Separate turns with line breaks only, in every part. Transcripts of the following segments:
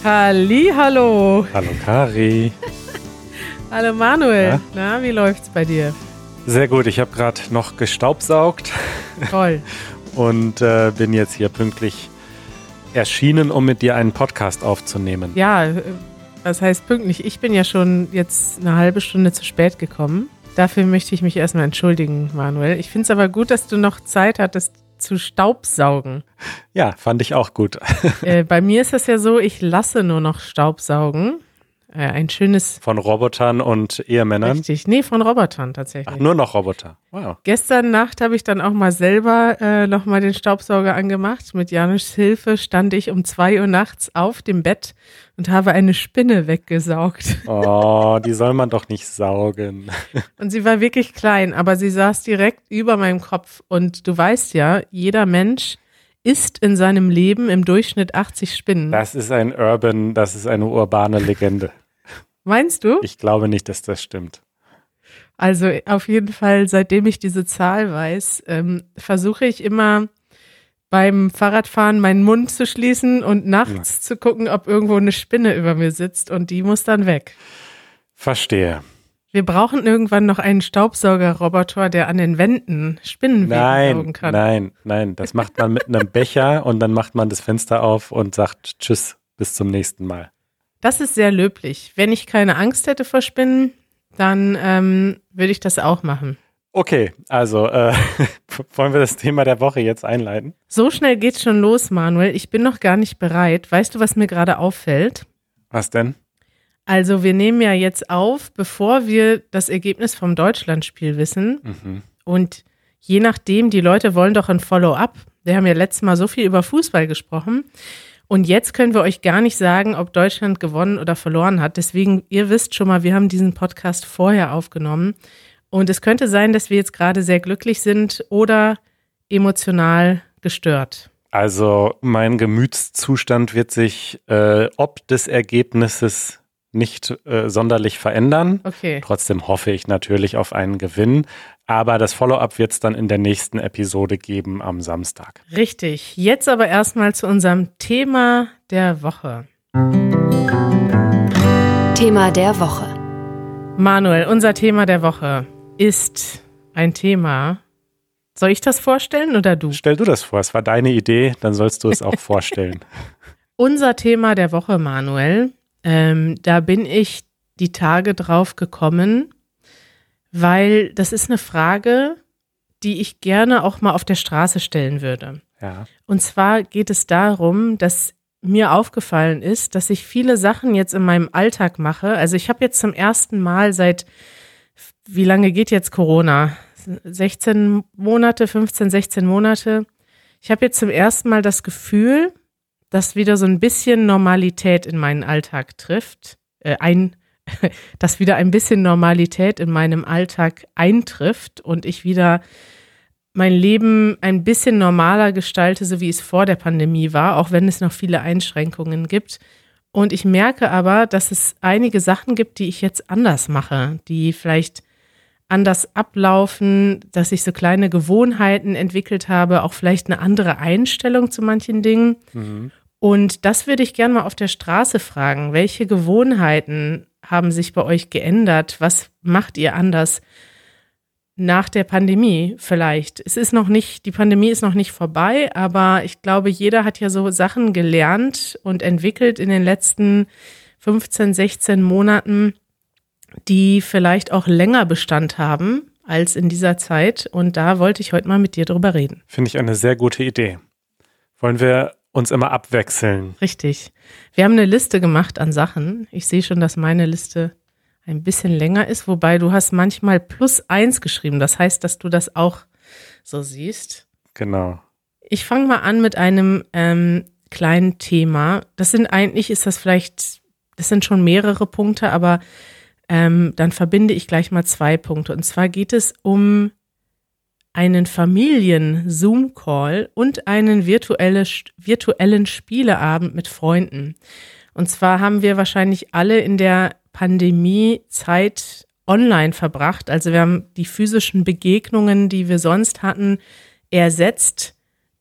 Hallihallo.
Hallo Kari.
Hallo Manuel. Na, wie läuft's bei dir?
Sehr gut, ich habe gerade noch gestaubsaugt.
Toll.
Und bin jetzt hier pünktlich erschienen, um mit dir einen Podcast aufzunehmen.
Ja, was heißt pünktlich? Ich bin ja schon jetzt eine halbe Stunde zu spät gekommen. Dafür möchte ich mich erstmal entschuldigen, Manuel. Ich finde es aber gut, dass du noch Zeit hattest zu staubsaugen.
Ja, fand ich auch gut.
Bei mir ist es ja so, ich lasse nur noch staubsaugen. Ein schönes...
Von Robotern und Ehemännern?
Richtig, nee, von Robotern tatsächlich.
Ach, nur noch Roboter. Wow.
Gestern Nacht habe ich dann auch mal selber nochmal den Staubsauger angemacht. Mit Janusz Hilfe stand ich um 2 Uhr nachts auf dem Bett und habe eine Spinne weggesaugt.
Oh, die soll man doch nicht saugen.
Und sie war wirklich klein, aber sie saß direkt über meinem Kopf. Und du weißt ja, jeder Mensch isst in seinem Leben im Durchschnitt 80 Spinnen.
Das ist eine urbane Legende.
Meinst du?
Ich glaube nicht, dass das stimmt.
Also auf jeden Fall, seitdem ich diese Zahl weiß, versuche ich immer beim Fahrradfahren meinen Mund zu schließen und nachts zu gucken, ob irgendwo eine Spinne über mir sitzt und die muss dann weg.
Verstehe.
Wir brauchen irgendwann noch einen Staubsaugerroboter, der an den Wänden Spinnen wegsaugen kann.
Nein, das macht man mit einem Becher und dann macht man das Fenster auf und sagt Tschüss, bis zum nächsten Mal.
Das ist sehr löblich. Wenn ich keine Angst hätte vor Spinnen, dann würde ich das auch machen.
Okay, also wollen wir das Thema der Woche jetzt einleiten?
So schnell geht's schon los, Manuel. Ich bin noch gar nicht bereit. Weißt du, was mir gerade auffällt?
Was denn?
Also wir nehmen ja jetzt auf, bevor wir das Ergebnis vom Deutschlandspiel wissen.
Mhm.
Und je nachdem, die Leute wollen doch ein Follow-up. Wir haben ja letztes Mal so viel über Fußball gesprochen. Und jetzt können wir euch gar nicht sagen, ob Deutschland gewonnen oder verloren hat. Deswegen, ihr wisst schon mal, wir haben diesen Podcast vorher aufgenommen. Und es könnte sein, dass wir jetzt gerade sehr glücklich sind oder emotional gestört.
Also mein Gemütszustand wird sich ob des Ergebnisses nicht sonderlich verändern.
Okay.
Trotzdem hoffe ich natürlich auf einen Gewinn. Aber das Follow-up wird es dann in der nächsten Episode geben am Samstag.
Richtig. Jetzt aber erstmal zu unserem Thema der Woche.
Thema der Woche.
Manuel, unser Thema der Woche ist ein Thema. Soll ich das vorstellen oder du?
Stell du das vor, es war deine Idee, dann sollst du es auch vorstellen.
Unser Thema der Woche, Manuel, da bin ich die Tage drauf gekommen, weil das ist eine Frage, die ich gerne auch mal auf der Straße stellen würde.
Ja.
Und zwar geht es darum, dass mir aufgefallen ist, dass ich viele Sachen jetzt in meinem Alltag mache. Also ich habe jetzt zum ersten Mal wie lange geht jetzt Corona? 16 Monate, 15, 16 Monate. Ich habe jetzt zum ersten Mal das Gefühl, dass wieder so ein bisschen Normalität in meinen Alltag trifft, dass wieder ein bisschen Normalität in meinem Alltag eintrifft und ich wieder mein Leben ein bisschen normaler gestalte, so wie es vor der Pandemie war, auch wenn es noch viele Einschränkungen gibt. Und ich merke aber, dass es einige Sachen gibt, die ich jetzt anders mache, die vielleicht anders ablaufen, dass ich so kleine Gewohnheiten entwickelt habe, auch vielleicht eine andere Einstellung zu manchen Dingen.
Mhm.
Und das würde ich gerne mal auf der Straße fragen. Welche Gewohnheiten haben sich bei euch geändert? Was macht ihr anders nach der Pandemie vielleicht? Die Pandemie ist noch nicht vorbei, aber ich glaube, jeder hat ja so Sachen gelernt und entwickelt in den letzten 15, 16 Monaten, die vielleicht auch länger Bestand haben als in dieser Zeit. Und da wollte ich heute mal mit dir drüber reden.
Finde ich eine sehr gute Idee. Wollen wir uns immer abwechseln?
Richtig. Wir haben eine Liste gemacht an Sachen. Ich sehe schon, dass meine Liste ein bisschen länger ist, wobei du hast manchmal +1 geschrieben. Das heißt, dass du das auch so siehst.
Genau.
Ich fange mal an mit einem kleinen Thema. Das sind schon mehrere Punkte, aber dann verbinde ich gleich mal 2 Punkte. Und zwar geht es um einen Familien-Zoom-Call und einen virtuellen Spieleabend mit Freunden. Und zwar haben wir wahrscheinlich alle in der Pandemie-Zeit online verbracht. Also wir haben die physischen Begegnungen, die wir sonst hatten, ersetzt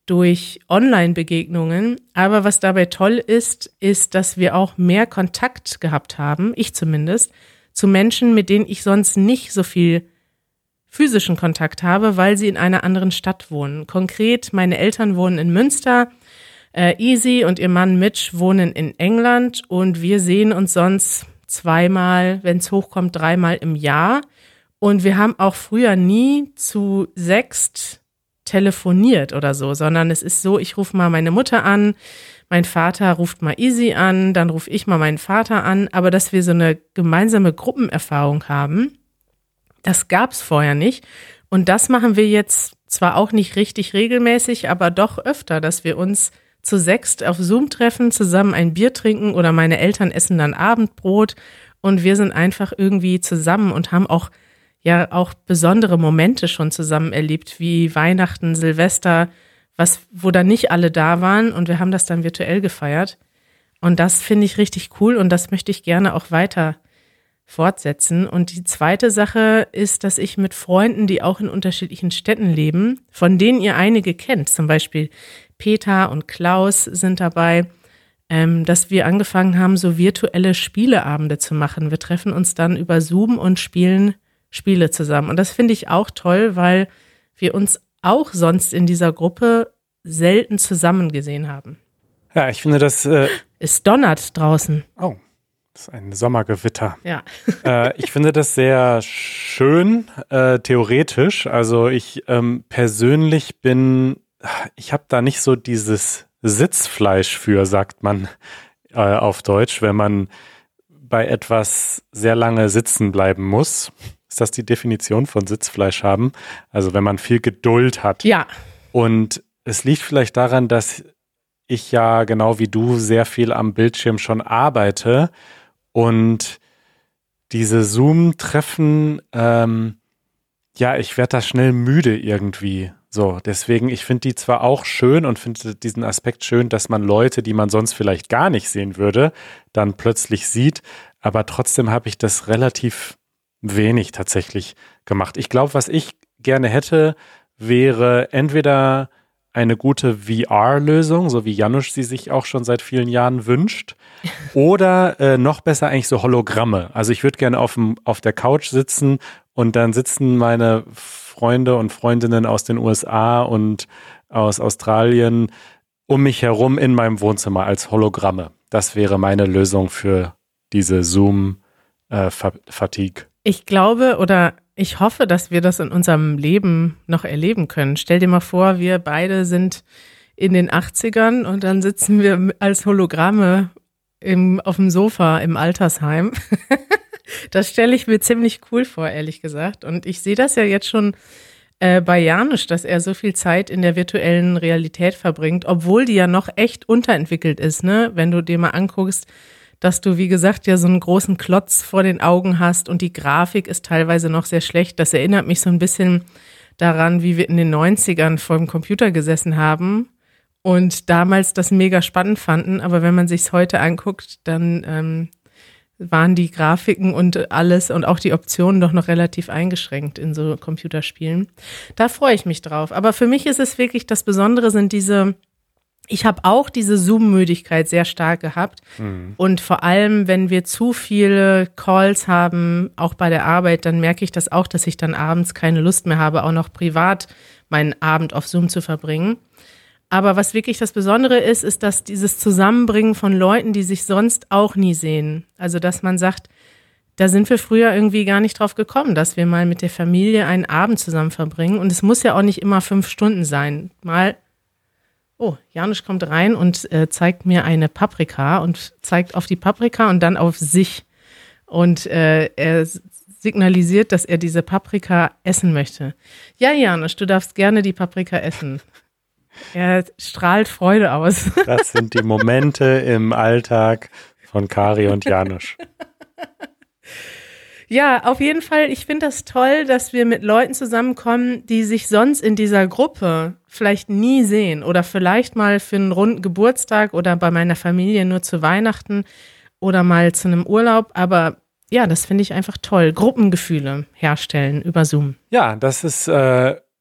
durch Online-Begegnungen. Aber was dabei toll ist, dass wir auch mehr Kontakt gehabt haben, ich zumindest, zu Menschen, mit denen ich sonst nicht so viel physischen Kontakt habe, weil sie in einer anderen Stadt wohnen. Konkret, meine Eltern wohnen in Münster, Easy und ihr Mann Mitch wohnen in England und wir sehen uns sonst zweimal, wenn es hochkommt, 3-mal im Jahr. Und wir haben auch früher nie zu 6 telefoniert oder so, sondern es ist so, ich rufe mal meine Mutter an, mein Vater ruft mal Easy an, dann rufe ich mal meinen Vater an, aber dass wir so eine gemeinsame Gruppenerfahrung haben, das gab's vorher nicht. Und das machen wir jetzt zwar auch nicht richtig regelmäßig, aber doch öfter, dass wir uns zu 6 auf Zoom treffen, zusammen ein Bier trinken oder meine Eltern essen dann Abendbrot und wir sind einfach irgendwie zusammen und haben auch besondere Momente schon zusammen erlebt, wie Weihnachten, Silvester, wo dann nicht alle da waren und wir haben das dann virtuell gefeiert. Und das finde ich richtig cool und das möchte ich gerne auch weiter fortsetzen. Und die zweite Sache ist, dass ich mit Freunden, die auch in unterschiedlichen Städten leben, von denen ihr einige kennt, zum Beispiel Peter und Klaus sind dabei, dass wir angefangen haben, so virtuelle Spieleabende zu machen. Wir treffen uns dann über Zoom und spielen Spiele zusammen. Und das finde ich auch toll, weil wir uns auch sonst in dieser Gruppe selten zusammen gesehen haben.
Ja, ich finde das...
Es donnert draußen.
Oh, das ist ein Sommergewitter.
Ja.
Ich finde das sehr schön, theoretisch. Also ich persönlich ich habe da nicht so dieses Sitzfleisch für, sagt man auf Deutsch, wenn man bei etwas sehr lange sitzen bleiben muss. Ist das die Definition von Sitzfleisch haben? Also wenn man viel Geduld hat.
Ja.
Und es liegt vielleicht daran, dass ich ja genau wie du sehr viel am Bildschirm schon arbeite und diese Zoom-Treffen, ich werde da schnell müde irgendwie. So, deswegen, ich finde die zwar auch schön und finde diesen Aspekt schön, dass man Leute, die man sonst vielleicht gar nicht sehen würde, dann plötzlich sieht, aber trotzdem habe ich das relativ wenig tatsächlich gemacht. Ich glaube, was ich gerne hätte, wäre entweder eine gute VR-Lösung, so wie Janusz sie sich auch schon seit vielen Jahren wünscht, oder noch besser eigentlich so Hologramme. Also ich würde gerne auf der Couch sitzen und dann sitzen meine Freunde und Freundinnen aus den USA und aus Australien um mich herum in meinem Wohnzimmer als Hologramme. Das wäre meine Lösung für diese Zoom-Fatigue.
Ich glaube oder ich hoffe, dass wir das in unserem Leben noch erleben können. Stell dir mal vor, wir beide sind in den 80ern und dann sitzen wir als Hologramme auf dem Sofa im Altersheim. Das stelle ich mir ziemlich cool vor, ehrlich gesagt. Und ich sehe das ja jetzt schon bei Janusz, dass er so viel Zeit in der virtuellen Realität verbringt, obwohl die ja noch echt unterentwickelt ist, ne? Wenn du dir mal anguckst, dass du, wie gesagt, ja so einen großen Klotz vor den Augen hast und die Grafik ist teilweise noch sehr schlecht. Das erinnert mich so ein bisschen daran, wie wir in den 90ern vor dem Computer gesessen haben und damals das mega spannend fanden. Aber wenn man sich's heute anguckt, dann waren die Grafiken und alles und auch die Optionen doch noch relativ eingeschränkt in so Computerspielen. Da freue ich mich drauf. Aber für mich ist es wirklich, das Besondere sind ich habe auch diese Zoom-Müdigkeit sehr stark gehabt. Und vor allem, wenn wir zu viele Calls haben, auch bei der Arbeit, dann merke ich das auch, dass ich dann abends keine Lust mehr habe, auch noch privat meinen Abend auf Zoom zu verbringen. Aber was wirklich das Besondere ist, dass dieses Zusammenbringen von Leuten, die sich sonst auch nie sehen. Also, dass man sagt, da sind wir früher irgendwie gar nicht drauf gekommen, dass wir mal mit der Familie einen Abend zusammen verbringen. Und es muss ja auch nicht immer 5 Stunden sein. Janusz kommt rein und zeigt mir eine Paprika und zeigt auf die Paprika und dann auf sich. Und er signalisiert, dass er diese Paprika essen möchte. Ja, Janusz, du darfst gerne die Paprika essen. Er strahlt Freude aus.
Das sind die Momente im Alltag von Kari und Janusz.
Ja, auf jeden Fall, ich finde das toll, dass wir mit Leuten zusammenkommen, die sich sonst in dieser Gruppe vielleicht nie sehen oder vielleicht mal für einen runden Geburtstag oder bei meiner Familie nur zu Weihnachten oder mal zu einem Urlaub. Aber ja, das finde ich einfach toll. Gruppengefühle herstellen über Zoom.
Ja, das ist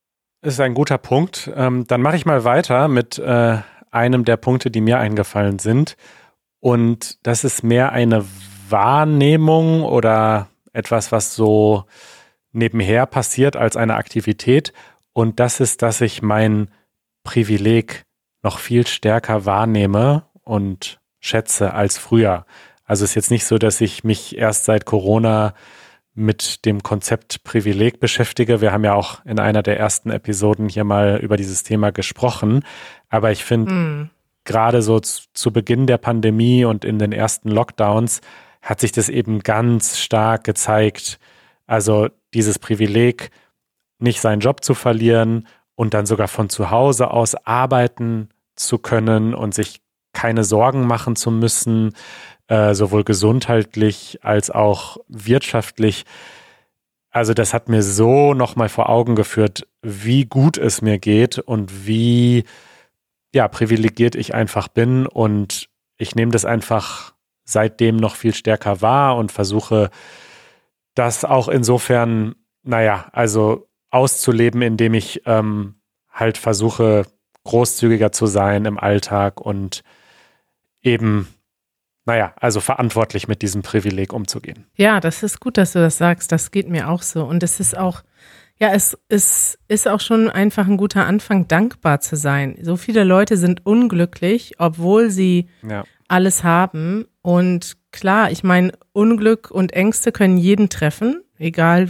ist ein guter Punkt. Dann mache ich mal weiter mit einem der Punkte, die mir eingefallen sind. Und das ist mehr eine Wahrnehmung oder etwas, was so nebenher passiert als eine Aktivität. Und das ist, dass ich mein Privileg noch viel stärker wahrnehme und schätze als früher. Also es ist jetzt nicht so, dass ich mich erst seit Corona mit dem Konzept Privileg beschäftige. Wir haben ja auch in einer der ersten Episoden hier mal über dieses Thema gesprochen. Aber ich finde, gerade so zu Beginn der Pandemie und in den ersten Lockdowns hat sich das eben ganz stark gezeigt. Also dieses Privileg, nicht seinen Job zu verlieren und dann sogar von zu Hause aus arbeiten zu können und sich keine Sorgen machen zu müssen, sowohl gesundheitlich als auch wirtschaftlich. Also das hat mir so nochmal vor Augen geführt, wie gut es mir geht und wie privilegiert ich einfach bin. Und ich nehme das einfach seitdem noch viel stärker wahr und versuche das auch insofern, also auszuleben, indem ich halt versuche, großzügiger zu sein im Alltag und eben, also verantwortlich mit diesem Privileg umzugehen.
Ja, das ist gut, dass du das sagst. Das geht mir auch so. Und es ist auch, es ist auch schon einfach ein guter Anfang, dankbar zu sein. So viele Leute sind unglücklich, obwohl sie alles haben. Und klar, ich meine, Unglück und Ängste können jeden treffen, egal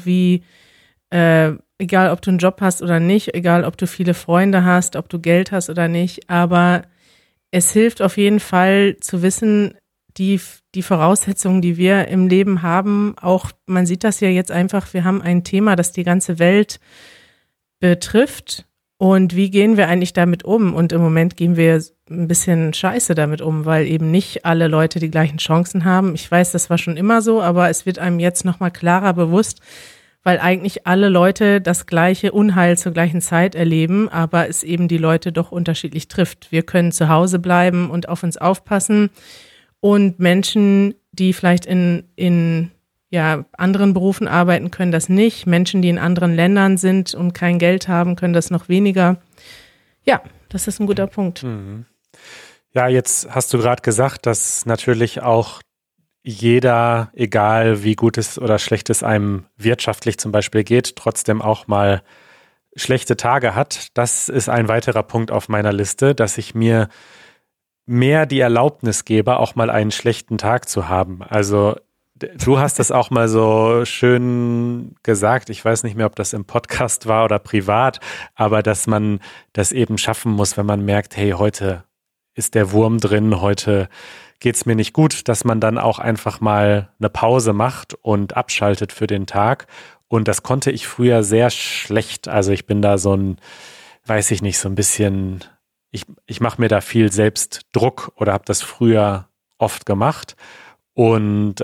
ob du einen Job hast oder nicht, egal ob du viele Freunde hast, ob du Geld hast oder nicht. Aber es hilft auf jeden Fall zu wissen, die Voraussetzungen, die wir im Leben haben, auch, man sieht das ja jetzt einfach, wir haben ein Thema, das die ganze Welt betrifft. Und wie gehen wir eigentlich damit um? Und im Moment gehen wir ein bisschen scheiße damit um, weil eben nicht alle Leute die gleichen Chancen haben. Ich weiß, das war schon immer so, aber es wird einem jetzt nochmal klarer bewusst, weil eigentlich alle Leute das gleiche Unheil zur gleichen Zeit erleben, aber es eben die Leute doch unterschiedlich trifft. Wir können zu Hause bleiben und auf uns aufpassen. Und Menschen, die vielleicht in anderen Berufen arbeiten, können das nicht. Menschen, die in anderen Ländern sind und kein Geld haben, können das noch weniger. Ja, das ist ein guter Punkt.
Ja, jetzt hast du gerade gesagt, dass natürlich auch jeder, egal wie gut es oder schlecht es einem wirtschaftlich zum Beispiel geht, trotzdem auch mal schlechte Tage hat. Das ist ein weiterer Punkt auf meiner Liste, dass ich mir mehr die Erlaubnis gebe, auch mal einen schlechten Tag zu haben. Also du hast das auch mal so schön gesagt, ich weiß nicht mehr, ob das im Podcast war oder privat, aber dass man das eben schaffen muss, wenn man merkt, hey, heute ist der Wurm drin, heute geht's mir nicht gut, dass man dann auch einfach mal eine Pause macht und abschaltet für den Tag. Und das konnte ich früher sehr schlecht. Also ich bin da so ein, weiß ich nicht, so ein bisschen, ich mache mir da viel Selbstdruck oder habe das früher oft gemacht. Und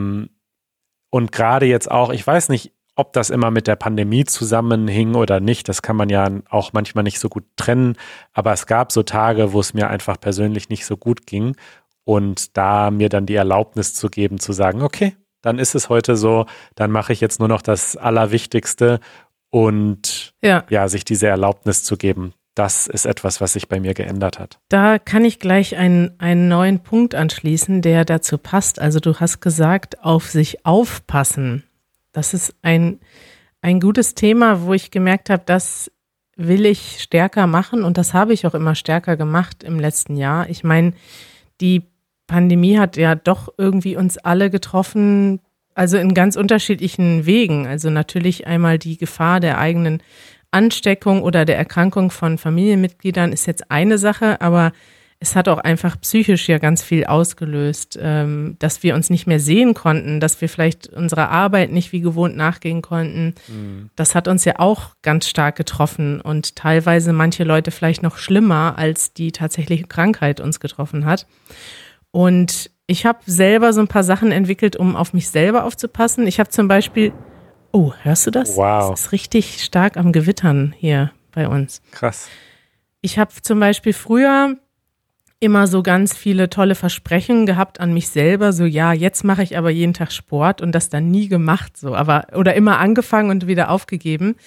gerade jetzt auch, ich weiß nicht, ob das immer mit der Pandemie zusammenhing oder nicht, das kann man ja auch manchmal nicht so gut trennen, aber es gab so Tage, wo es mir einfach persönlich nicht so gut ging und da mir dann die Erlaubnis zu geben, zu sagen, okay, dann ist es heute so, dann mache ich jetzt nur noch das Allerwichtigste und sich diese Erlaubnis zu geben. Das ist etwas, was sich bei mir geändert hat.
Da kann ich gleich einen neuen Punkt anschließen, der dazu passt. Also du hast gesagt, auf sich aufpassen. Das ist ein gutes Thema, wo ich gemerkt habe, das will ich stärker machen und das habe ich auch immer stärker gemacht im letzten Jahr. Ich meine, die Pandemie hat ja doch irgendwie uns alle getroffen, also in ganz unterschiedlichen Wegen. Also natürlich einmal die Gefahr der eigenen Ansteckung oder der Erkrankung von Familienmitgliedern ist jetzt eine Sache, aber es hat auch einfach psychisch ja ganz viel ausgelöst, dass wir uns nicht mehr sehen konnten, dass wir vielleicht unserer Arbeit nicht wie gewohnt nachgehen konnten. Das hat uns ja auch ganz stark getroffen und teilweise manche Leute vielleicht noch schlimmer, als die tatsächliche Krankheit uns getroffen hat. Und ich habe selber so ein paar Sachen entwickelt, um auf mich selber aufzupassen. Ich habe zum Beispiel, oh, hörst du das?
Wow.
Es ist richtig stark am Gewittern hier bei uns.
Krass.
Ich habe zum Beispiel früher immer so ganz viele tolle Versprechen gehabt an mich selber, so ja, jetzt mache ich aber jeden Tag Sport und das dann nie gemacht, so, aber oder immer angefangen und wieder aufgegeben.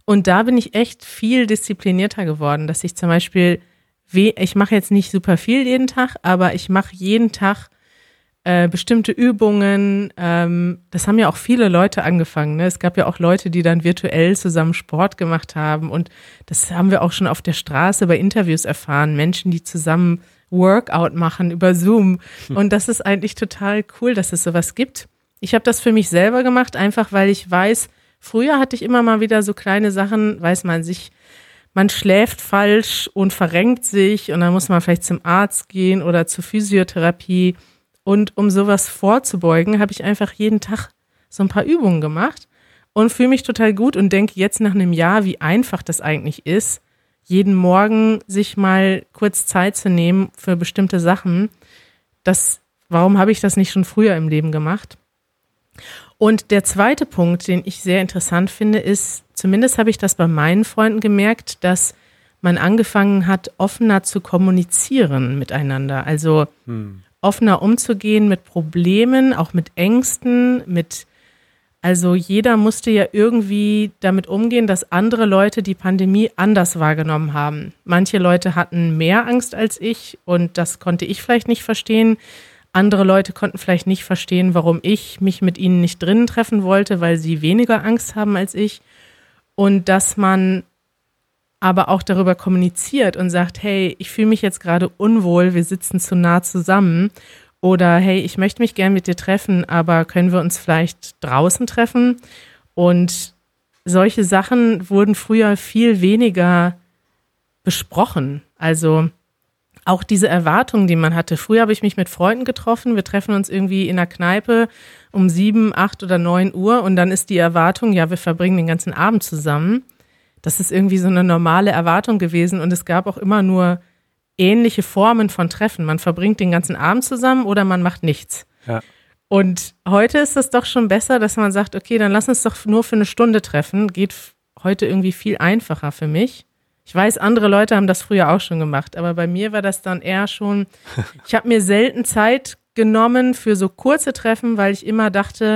Und da bin ich echt viel disziplinierter geworden, dass ich zum Beispiel, ich mache jetzt nicht super viel jeden Tag, aber ich mache jeden Tag bestimmte Übungen. Das haben ja auch viele Leute angefangen. Ne? Es gab ja auch Leute, die dann virtuell zusammen Sport gemacht haben. Und das haben wir auch schon auf der Straße bei Interviews erfahren. Menschen, die zusammen Workout machen über Zoom. Und das ist eigentlich total cool, dass es sowas gibt. Ich habe das für mich selber gemacht, einfach weil ich weiß, früher hatte ich immer mal wieder so kleine Sachen, weiß man schläft falsch und verrenkt sich und dann muss man vielleicht zum Arzt gehen oder zur Physiotherapie. Und um sowas vorzubeugen, habe ich einfach jeden Tag so ein paar Übungen gemacht und fühle mich total gut und denke jetzt nach einem Jahr, wie einfach das eigentlich ist, jeden Morgen sich mal kurz Zeit zu nehmen für bestimmte Sachen. Warum habe ich das nicht schon früher im Leben gemacht? Und der zweite Punkt, den ich sehr interessant finde, ist, zumindest habe ich das bei meinen Freunden gemerkt, dass man angefangen hat, offener zu kommunizieren miteinander. Also offener umzugehen mit Problemen, auch mit Ängsten, also jeder musste ja irgendwie damit umgehen, dass andere Leute die Pandemie anders wahrgenommen haben. Manche Leute hatten mehr Angst als ich und das konnte ich vielleicht nicht verstehen. Andere Leute konnten vielleicht nicht verstehen, warum ich mich mit ihnen nicht drinnen treffen wollte, weil sie weniger Angst haben als ich. Und dass man aber auch darüber kommuniziert und sagt, hey, ich fühle mich jetzt gerade unwohl, wir sitzen zu nah zusammen. Oder hey, ich möchte mich gern mit dir treffen, aber können wir uns vielleicht draußen treffen? Und solche Sachen wurden früher viel weniger besprochen. Also auch diese Erwartungen, die man hatte. Früher habe ich mich mit Freunden getroffen, wir treffen uns irgendwie in der Kneipe um 7, 8 oder 9 Uhr und dann ist die Erwartung, ja, wir verbringen den ganzen Abend zusammen. Das ist irgendwie so eine normale Erwartung gewesen und es gab auch immer nur ähnliche Formen von Treffen. Man verbringt den ganzen Abend zusammen oder man macht nichts.
Ja.
Und heute ist es doch schon besser, dass man sagt, okay, dann lass uns doch nur für eine Stunde treffen. Geht heute irgendwie viel einfacher für mich. Ich weiß, andere Leute haben das früher auch schon gemacht, aber bei mir war das dann eher schon, ich habe mir selten Zeit genommen für so kurze Treffen, weil ich immer dachte,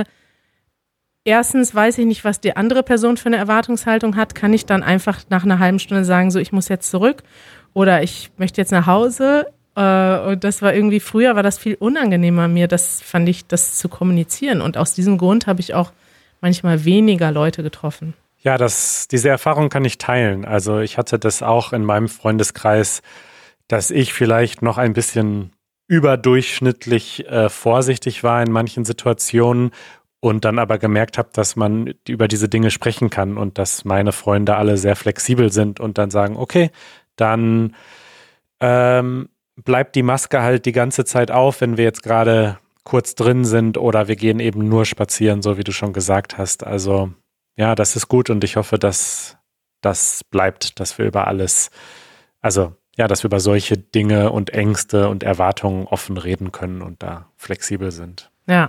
erstens weiß ich nicht, was die andere Person für eine Erwartungshaltung hat, kann ich dann einfach nach einer halben Stunde sagen, so, ich muss jetzt zurück oder ich möchte jetzt nach Hause. Und das war irgendwie, früher war das viel unangenehmer mir, das fand ich, das zu kommunizieren. Und aus diesem Grund habe ich auch manchmal weniger Leute getroffen.
Ja, diese Erfahrung kann ich teilen. Also ich hatte das auch in meinem Freundeskreis, dass ich vielleicht noch ein bisschen überdurchschnittlich vorsichtig war in manchen Situationen und dann aber gemerkt habe, dass man über diese Dinge sprechen kann und dass meine Freunde alle sehr flexibel sind und dann sagen, okay, dann bleibt die Maske halt die ganze Zeit auf, wenn wir jetzt gerade kurz drin sind oder wir gehen eben nur spazieren, so wie du schon gesagt hast. Also ja, das ist gut und ich hoffe, dass das bleibt, dass wir über alles, also ja, dass wir über solche Dinge und Ängste und Erwartungen offen reden können und da flexibel sind.
Ja.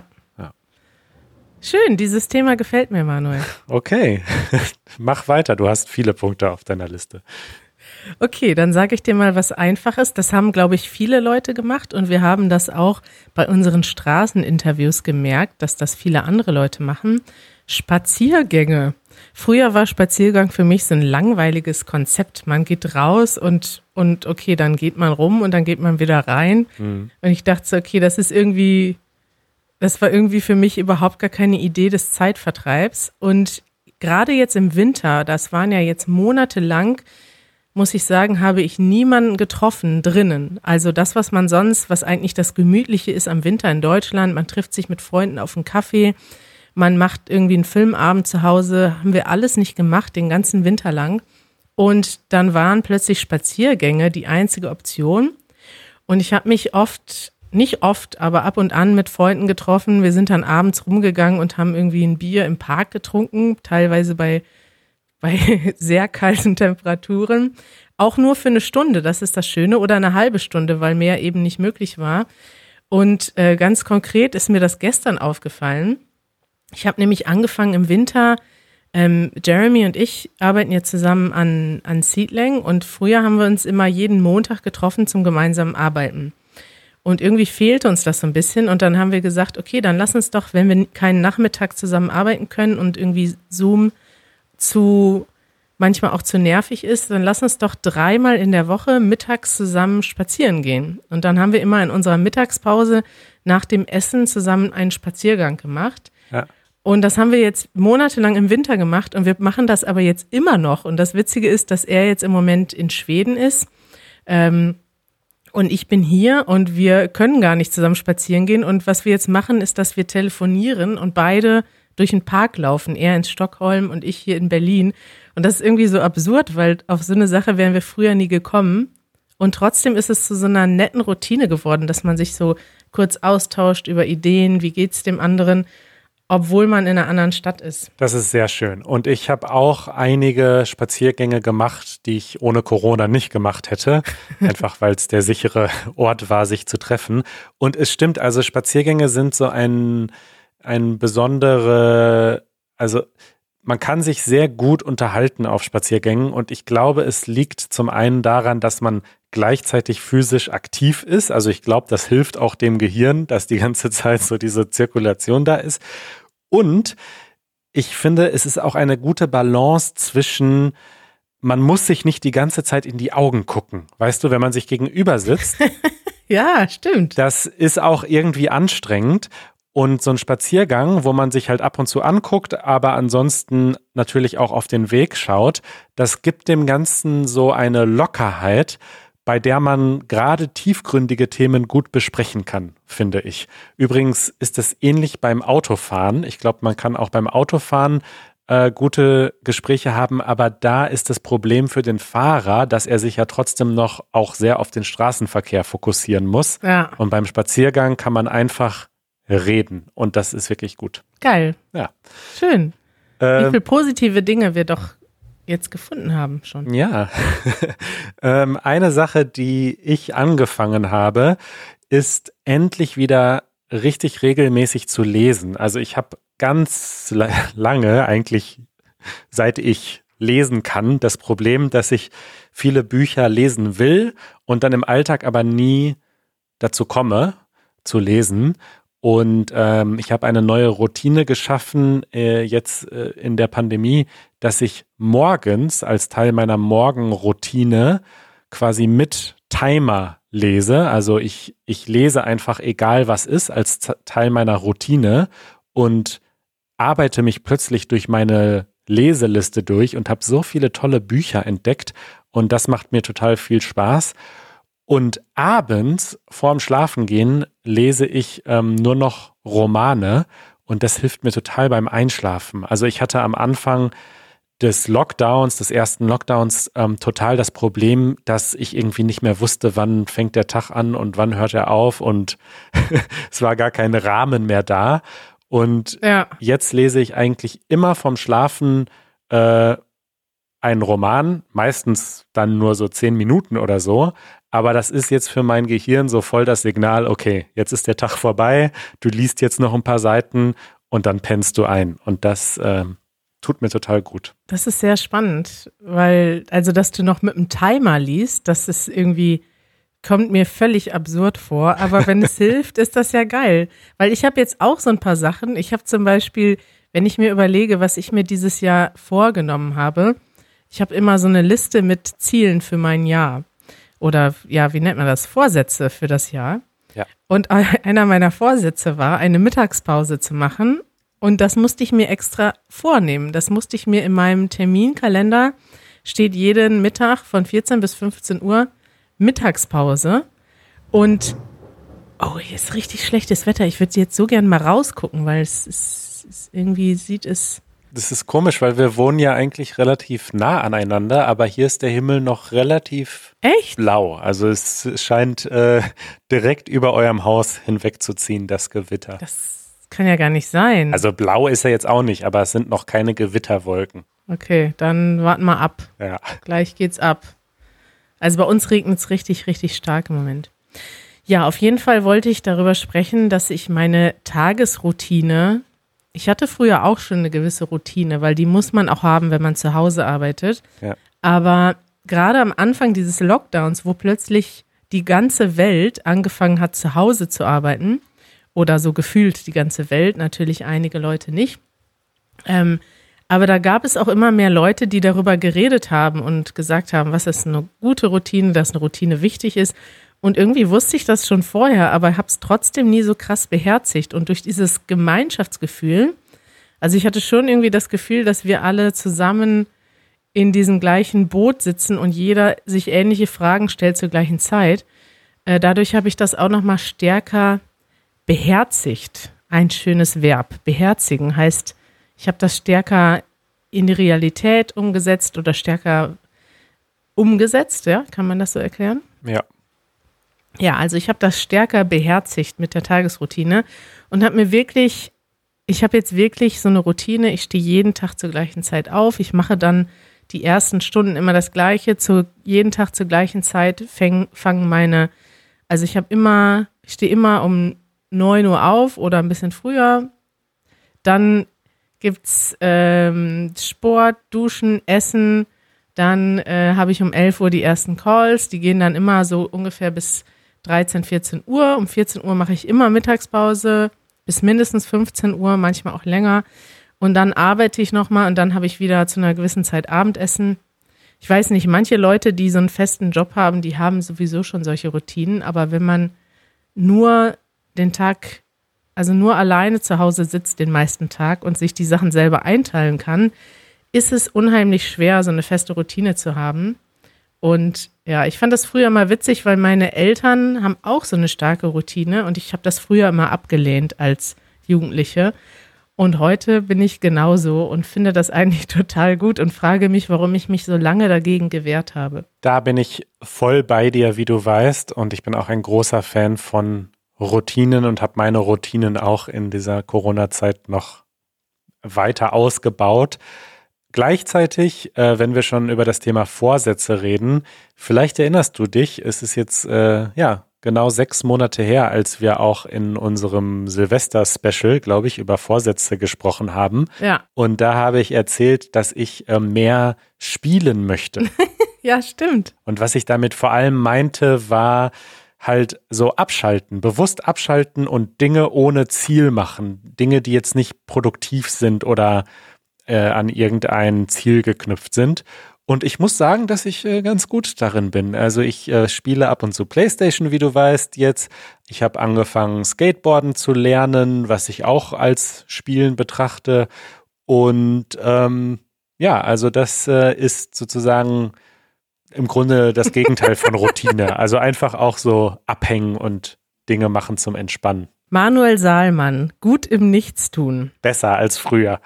Schön, dieses Thema gefällt mir, Manuel.
Okay, mach weiter, du hast viele Punkte auf deiner Liste.
Okay, dann sage ich dir mal was Einfaches. Das haben, glaube ich, viele Leute gemacht und wir haben das auch bei unseren Straßeninterviews gemerkt, dass das viele andere Leute machen. Spaziergänge. Früher war Spaziergang für mich so ein langweiliges Konzept. Man geht raus und okay, dann geht man rum und dann geht man wieder rein. Und ich dachte so, okay, das war irgendwie für mich überhaupt gar keine Idee des Zeitvertreibs. Und gerade jetzt im Winter, das waren ja jetzt monatelang, muss ich sagen, habe ich niemanden getroffen drinnen. Also das, was eigentlich das Gemütliche ist am Winter in Deutschland, man trifft sich mit Freunden auf einen Kaffee, man macht irgendwie einen Filmabend zu Hause, haben wir alles nicht gemacht, den ganzen Winter lang. Und dann waren plötzlich Spaziergänge die einzige Option. Und ich habe mich nicht oft, aber ab und an mit Freunden getroffen. Wir sind dann abends rumgegangen und haben irgendwie ein Bier im Park getrunken, teilweise bei sehr kalten Temperaturen. Auch nur für eine Stunde, das ist das Schöne, oder eine halbe Stunde, weil mehr eben nicht möglich war. Und ganz konkret ist mir das gestern aufgefallen. Ich habe nämlich angefangen im Winter, Jeremy und ich arbeiten jetzt zusammen an Seedling und früher haben wir uns immer jeden Montag getroffen zum gemeinsamen Arbeiten. Und irgendwie fehlte uns das so ein bisschen und dann haben wir gesagt, okay, dann lass uns doch, wenn wir keinen Nachmittag zusammen arbeiten können und irgendwie Zoom zu manchmal auch zu nervig ist, dann lass uns doch 3-mal in der Woche mittags zusammen spazieren gehen. Und dann haben wir immer in unserer Mittagspause nach dem Essen zusammen einen Spaziergang gemacht.
Ja.
Und das haben wir jetzt monatelang im Winter gemacht und wir machen das aber jetzt immer noch. Und das Witzige ist, dass er jetzt im Moment in Schweden ist und ich bin hier und wir können gar nicht zusammen spazieren gehen. Und was wir jetzt machen, ist, dass wir telefonieren und beide durch den Park laufen. Er in Stockholm und ich hier in Berlin. Und das ist irgendwie so absurd, weil auf so eine Sache wären wir früher nie gekommen. Und trotzdem ist es zu so einer netten Routine geworden, dass man sich so kurz austauscht über Ideen, wie geht's dem anderen, obwohl man in einer anderen Stadt ist.
Das ist sehr schön. Und ich habe auch einige Spaziergänge gemacht, die ich ohne Corona nicht gemacht hätte. Einfach weil es der sichere Ort war, sich zu treffen. Und es stimmt, also Spaziergänge sind so ein besondere, also man kann sich sehr gut unterhalten auf Spaziergängen. Und ich glaube, es liegt zum einen daran, dass man gleichzeitig physisch aktiv ist. Also ich glaube, das hilft auch dem Gehirn, dass die ganze Zeit so diese Zirkulation da ist. Und ich finde, es ist auch eine gute Balance zwischen, man muss sich nicht die ganze Zeit in die Augen gucken. Weißt du, wenn man sich gegenüber sitzt.
Ja, stimmt.
Das ist auch irgendwie anstrengend. Und so ein Spaziergang, wo man sich halt ab und zu anguckt, aber ansonsten natürlich auch auf den Weg schaut, das gibt dem Ganzen so eine Lockerheit, bei der man gerade tiefgründige Themen gut besprechen kann, finde ich. Übrigens ist das ähnlich beim Autofahren. Ich glaube, man kann auch beim Autofahren gute Gespräche haben, aber da ist das Problem für den Fahrer, dass er sich ja trotzdem noch auch sehr auf den Straßenverkehr fokussieren muss.
Ja.
Und beim Spaziergang kann man einfach reden und das ist wirklich gut.
Geil.
Ja.
Schön. Wie viele positive Dinge wir doch jetzt gefunden haben schon.
Ja. Eine Sache, die ich angefangen habe, ist endlich wieder richtig regelmäßig zu lesen. Also ich habe ganz lange, eigentlich seit ich lesen kann, das Problem, dass ich viele Bücher lesen will und dann im Alltag aber nie dazu komme, zu lesen. Und ich habe eine neue Routine geschaffen, jetzt in der Pandemie, dass ich morgens als Teil meiner Morgenroutine quasi mit Timer lese. Also ich lese einfach egal was ist als Teil meiner Routine und arbeite mich plötzlich durch meine Leseliste durch und habe so viele tolle Bücher entdeckt und das macht mir total viel Spaß. Und abends vorm Schlafengehen lese ich nur noch Romane und das hilft mir total beim Einschlafen. Also ich hatte am Anfang des ersten Lockdowns, total das Problem, dass ich irgendwie nicht mehr wusste, wann fängt der Tag an und wann hört er auf und es war gar kein Rahmen mehr da. Und jetzt lese ich eigentlich immer vom Schlafen einen Roman, meistens dann nur so 10 Minuten oder so. Aber das ist jetzt für mein Gehirn so voll das Signal, okay, jetzt ist der Tag vorbei, du liest jetzt noch ein paar Seiten und dann pennst du ein. Und das tut mir total gut.
Das ist sehr spannend, weil, also dass du noch mit einem Timer liest, das ist irgendwie, kommt mir völlig absurd vor. Aber wenn es hilft, ist das ja geil. Weil ich habe jetzt auch so ein paar Sachen. Ich habe zum Beispiel, wenn ich mir überlege, was ich mir dieses Jahr vorgenommen habe, ich habe immer so eine Liste mit Zielen für mein Jahr. Oder ja, wie nennt man das? Vorsätze für das Jahr.
Ja.
Und einer meiner Vorsätze war, eine Mittagspause zu machen. Und das musste ich mir extra vornehmen. Das musste ich mir in meinem Terminkalender, steht jeden Mittag von 14 bis 15 Uhr Mittagspause. Und, oh, hier ist richtig schlechtes Wetter. Ich würde jetzt so gern mal rausgucken, weil es ist irgendwie sieht es...
Das ist komisch, weil wir wohnen ja eigentlich relativ nah aneinander, aber hier ist der Himmel noch relativ blau. Also es scheint direkt über eurem Haus hinwegzuziehen, das Gewitter.
Das kann ja gar nicht sein.
Also blau ist er jetzt auch nicht, aber es sind noch keine Gewitterwolken.
Okay, dann warten wir ab.
Ja.
Gleich geht's ab. Also bei uns regnet es richtig, richtig stark im Moment. Ja, auf jeden Fall wollte ich darüber sprechen, dass ich meine Tagesroutine, ich hatte früher auch schon eine gewisse Routine, weil die muss man auch haben, wenn man zu Hause arbeitet.
Ja.
Aber gerade am Anfang dieses Lockdowns, wo plötzlich die ganze Welt angefangen hat, zu Hause zu arbeiten, oder so gefühlt die ganze Welt, natürlich einige Leute nicht, Aber da gab es auch immer mehr Leute, die darüber geredet haben und gesagt haben, was ist eine gute Routine, dass eine Routine wichtig ist. Und irgendwie wusste ich das schon vorher, aber habe es trotzdem nie so krass beherzigt. Und durch dieses Gemeinschaftsgefühl, also ich hatte schon irgendwie das Gefühl, dass wir alle zusammen in diesem gleichen Boot sitzen und jeder sich ähnliche Fragen stellt zur gleichen Zeit. Dadurch habe ich das auch nochmal stärker beherzigt. Ein schönes Verb. Beherzigen heißt, ich habe das stärker in die Realität umgesetzt oder stärker umgesetzt, ja? Kann man das so erklären?
Ja.
Ja, also ich habe das stärker beherzigt mit der Tagesroutine und habe mir wirklich, ich habe jetzt wirklich so eine Routine, ich stehe jeden Tag zur gleichen Zeit auf, ich mache dann die ersten Stunden immer das Gleiche, jeden Tag zur gleichen Zeit fangen meine, also ich stehe immer um 9 Uhr auf oder ein bisschen früher, dann gibt's Sport, Duschen, Essen, dann habe ich um 11 Uhr die ersten Calls, die gehen dann immer so ungefähr bis 13, 14 Uhr. Um 14 Uhr mache ich immer Mittagspause bis mindestens 15 Uhr, manchmal auch länger. Und dann arbeite ich nochmal und dann habe ich wieder zu einer gewissen Zeit Abendessen. Ich weiß nicht, manche Leute, die so einen festen Job haben, die haben sowieso schon solche Routinen. Aber wenn man nur den Tag, also nur alleine zu Hause sitzt den meisten Tag und sich die Sachen selber einteilen kann, ist es unheimlich schwer, so eine feste Routine zu haben. Und ja, ich fand das früher mal witzig, weil meine Eltern haben auch so eine starke Routine und ich habe das früher immer abgelehnt als Jugendliche. Und heute bin ich genauso und finde das eigentlich total gut und frage mich, warum ich mich so lange dagegen gewehrt habe.
Da bin ich voll bei dir, wie du weißt. Und ich bin auch ein großer Fan von Routinen und habe meine Routinen auch in dieser Corona-Zeit noch weiter ausgebaut. Gleichzeitig, wenn wir schon über das Thema Vorsätze reden, vielleicht erinnerst du dich, es ist jetzt genau 6 Monate her, als wir auch in unserem Silvester-Special, glaube ich, über Vorsätze gesprochen haben.
Ja.
Und da habe ich erzählt, dass ich mehr spielen möchte.
Ja, stimmt.
Und was ich damit vor allem meinte, war halt so abschalten, bewusst abschalten und Dinge ohne Ziel machen. Dinge, die jetzt nicht produktiv sind oder an irgendein Ziel geknüpft sind. Und ich muss sagen, dass ich ganz gut darin bin. Also ich spiele ab und zu PlayStation, wie du weißt jetzt. Ich habe angefangen, Skateboarden zu lernen, was ich auch als Spielen betrachte. Und also das ist sozusagen im Grunde das Gegenteil von Routine. Also einfach auch so abhängen und Dinge machen zum Entspannen.
Manuel Saalmann, gut im Nichtstun.
Besser als früher.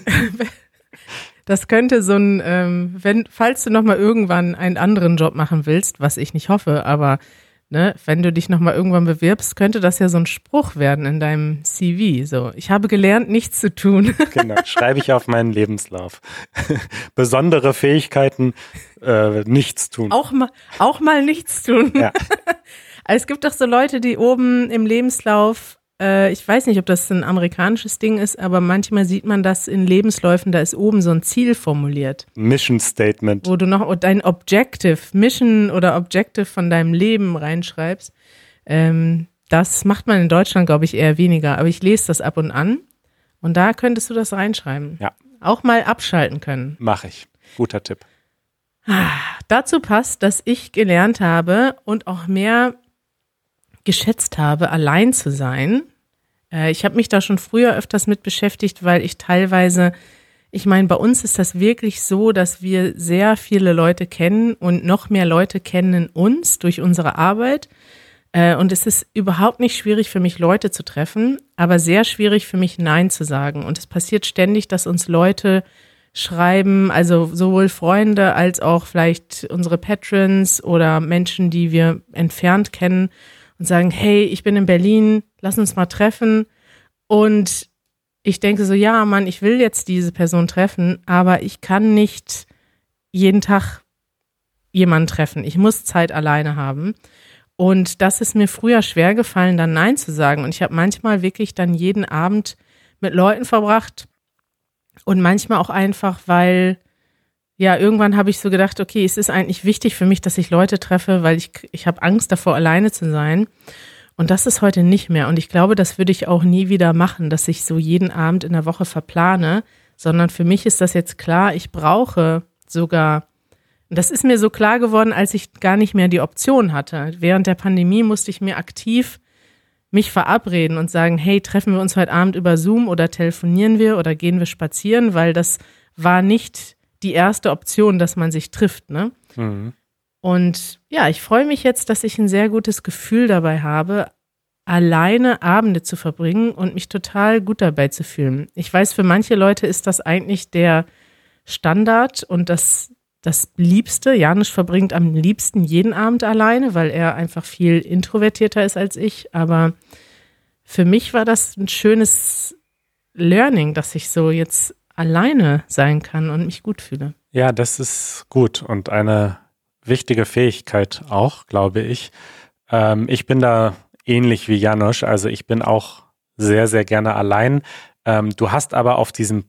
Das könnte so ein, falls du nochmal irgendwann einen anderen Job machen willst, was ich nicht hoffe, aber ne, wenn du dich nochmal irgendwann bewirbst, könnte das ja so ein Spruch werden in deinem CV. So, ich habe gelernt, nichts zu tun.
Genau, schreibe ich auf meinen Lebenslauf. Besondere Fähigkeiten, nichts tun.
Auch mal nichts tun.
Ja.
Es gibt doch so Leute, die oben im Lebenslauf, ich weiß nicht, ob das ein amerikanisches Ding ist, aber manchmal sieht man das in Lebensläufen, da ist oben so ein Ziel formuliert.
Mission Statement.
Wo du noch dein Objective, Mission oder Objective von deinem Leben reinschreibst. Das macht man in Deutschland, glaube ich, eher weniger, aber ich lese das ab und an und da könntest du das reinschreiben.
Ja.
Auch mal abschalten können.
Mache ich. Guter Tipp.
Dazu passt, dass ich gelernt habe und auch mehr geschätzt habe, allein zu sein. Ich habe mich da schon früher öfters mit beschäftigt, weil ich teilweise, ich meine, bei uns ist das wirklich so, dass wir sehr viele Leute kennen und noch mehr Leute kennen uns durch unsere Arbeit. Und es ist überhaupt nicht schwierig für mich, Leute zu treffen, aber sehr schwierig für mich, Nein zu sagen. Und es passiert ständig, dass uns Leute schreiben, also sowohl Freunde als auch vielleicht unsere Patrons oder Menschen, die wir entfernt kennen und sagen, hey, ich bin in Berlin, lass uns mal treffen. Und ich denke so, ja, Mann, ich will jetzt diese Person treffen, aber ich kann nicht jeden Tag jemanden treffen. Ich muss Zeit alleine haben. Und das ist mir früher schwer gefallen, dann Nein zu sagen. Und ich habe manchmal wirklich dann jeden Abend mit Leuten verbracht und manchmal auch einfach, weil ja, irgendwann habe ich so gedacht, okay, es ist eigentlich wichtig für mich, dass ich Leute treffe, weil ich habe Angst davor, alleine zu sein. Und das ist heute nicht mehr. Und ich glaube, das würde ich auch nie wieder machen, dass ich so jeden Abend in der Woche verplane, sondern für mich ist das jetzt klar, ich brauche sogar, und das ist mir so klar geworden, als ich gar nicht mehr die Option hatte. Während der Pandemie musste ich mir aktiv mich verabreden und sagen, hey, treffen wir uns heute Abend über Zoom oder telefonieren wir oder gehen wir spazieren, weil das war nicht die erste Option, dass man sich trifft, ne?
Mhm.
Und ja, ich freue mich jetzt, dass ich ein sehr gutes Gefühl dabei habe, alleine Abende zu verbringen und mich total gut dabei zu fühlen. Ich weiß, für manche Leute ist das eigentlich der Standard und das Liebste. Janusz verbringt am liebsten jeden Abend alleine, weil er einfach viel introvertierter ist als ich. Aber für mich war das ein schönes Learning, dass ich so jetzt alleine sein kann und mich gut fühle.
Ja, das ist gut und eine wichtige Fähigkeit auch, glaube ich. Ich bin da ähnlich wie Janusz, also ich bin auch sehr, sehr gerne allein. Du hast aber auf diesem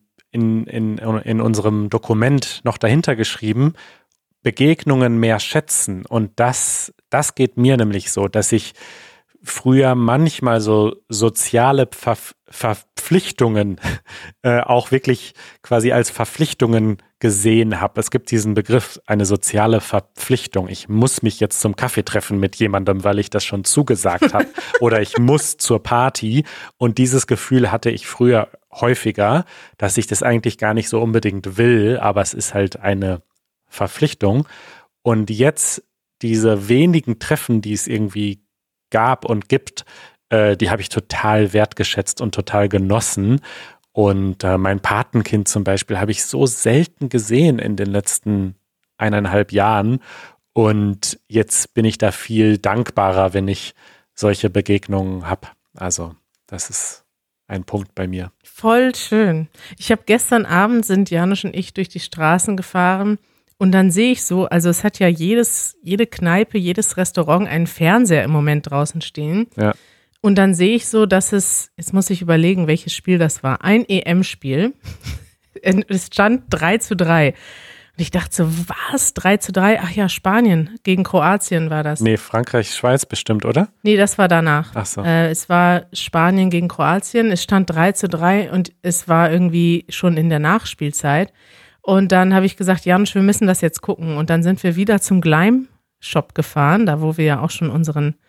in unserem Dokument noch dahinter geschrieben, Begegnungen mehr schätzen. Und das geht mir nämlich so, dass ich früher manchmal so soziale Verpflichtungen auch wirklich quasi als Verpflichtungen gesehen habe. Es gibt diesen Begriff, eine soziale Verpflichtung. Ich muss mich jetzt zum Kaffee treffen mit jemandem, weil ich das schon zugesagt habe. Oder ich muss zur Party. Und dieses Gefühl hatte ich früher häufiger, dass ich das eigentlich gar nicht so unbedingt will, aber es ist halt eine Verpflichtung. Und jetzt diese wenigen Treffen, die es irgendwie gab und gibt, die habe ich total wertgeschätzt und total genossen. Und mein Patenkind zum Beispiel habe ich so selten gesehen in den letzten 1,5 Jahren. Und jetzt bin ich da viel dankbarer, wenn ich solche Begegnungen habe. Also das ist ein Punkt bei mir.
Voll schön. Ich habe gestern Abend sind Janusz und ich durch die Straßen gefahren und dann sehe ich so, also es hat ja jede Kneipe, jedes Restaurant einen Fernseher im Moment draußen stehen.
Ja.
Und dann sehe ich so, dass jetzt muss ich überlegen, welches Spiel das war, ein EM-Spiel. Es stand 3:3. Und ich dachte so, was? 3:3? Ach ja, Spanien gegen Kroatien war das.
Nee, Frankreich, Schweiz bestimmt, oder?
Nee, das war danach.
Ach so.
Es war Spanien gegen Kroatien. Es stand 3:3 und es war irgendwie schon in der Nachspielzeit. Und dann habe ich gesagt, Janusz, wir müssen das jetzt gucken. Und dann sind wir wieder zum Gleim-Shop gefahren, da wo wir ja auch schon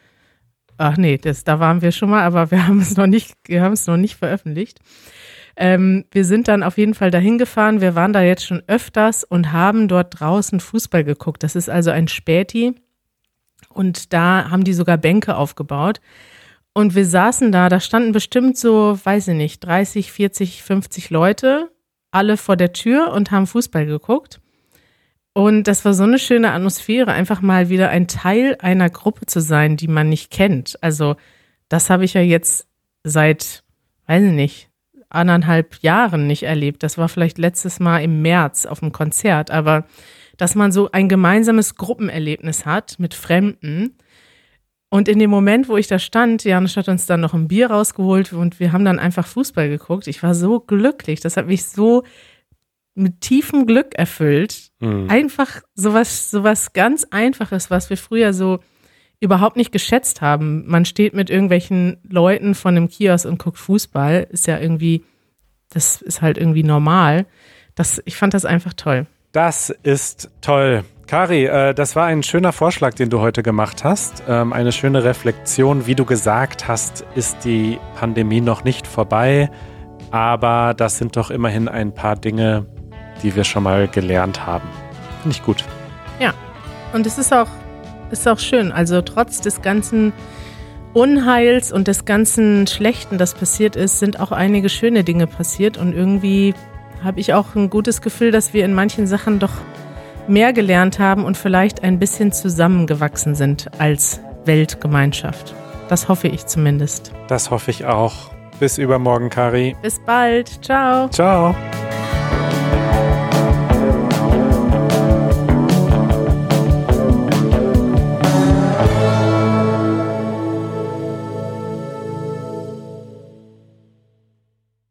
da waren wir schon mal, aber wir haben es noch nicht veröffentlicht. Wir sind dann auf jeden Fall dahin gefahren. Wir waren da jetzt schon öfters und haben dort draußen Fußball geguckt. Das ist also ein Späti und da haben die sogar Bänke aufgebaut. Und wir saßen da standen bestimmt so, weiß ich nicht, 30, 40, 50 Leute, alle vor der Tür und haben Fußball geguckt. Und das war so eine schöne Atmosphäre, einfach mal wieder ein Teil einer Gruppe zu sein, die man nicht kennt. Also das habe ich ja jetzt seit, weiß ich nicht, 1,5 Jahren nicht erlebt. Das war vielleicht letztes Mal im März auf dem Konzert. Aber dass man so ein gemeinsames Gruppenerlebnis hat mit Fremden. Und in dem Moment, wo ich da stand, Janusz hat uns dann noch ein Bier rausgeholt und wir haben dann einfach Fußball geguckt. Ich war so glücklich. Das hat mich so mit tiefem Glück erfüllt. Einfach sowas ganz Einfaches, was wir früher so überhaupt nicht geschätzt haben. Man steht mit irgendwelchen Leuten von einem Kiosk und guckt Fußball. Das ist halt irgendwie normal. Ich fand das einfach toll.
Das ist toll. Kari, das war ein schöner Vorschlag, den du heute gemacht hast. Eine schöne Reflexion. Wie du gesagt hast, ist die Pandemie noch nicht vorbei. Aber das sind doch immerhin ein paar Dinge, die wir schon mal gelernt haben. Finde ich gut.
Ja, und es ist auch schön. Also trotz des ganzen Unheils und des ganzen Schlechten, das passiert ist, sind auch einige schöne Dinge passiert. Und irgendwie habe ich auch ein gutes Gefühl, dass wir in manchen Sachen doch mehr gelernt haben und vielleicht ein bisschen zusammengewachsen sind als Weltgemeinschaft. Das hoffe ich zumindest.
Das hoffe ich auch. Bis übermorgen, Kari.
Bis bald. Ciao.
Ciao.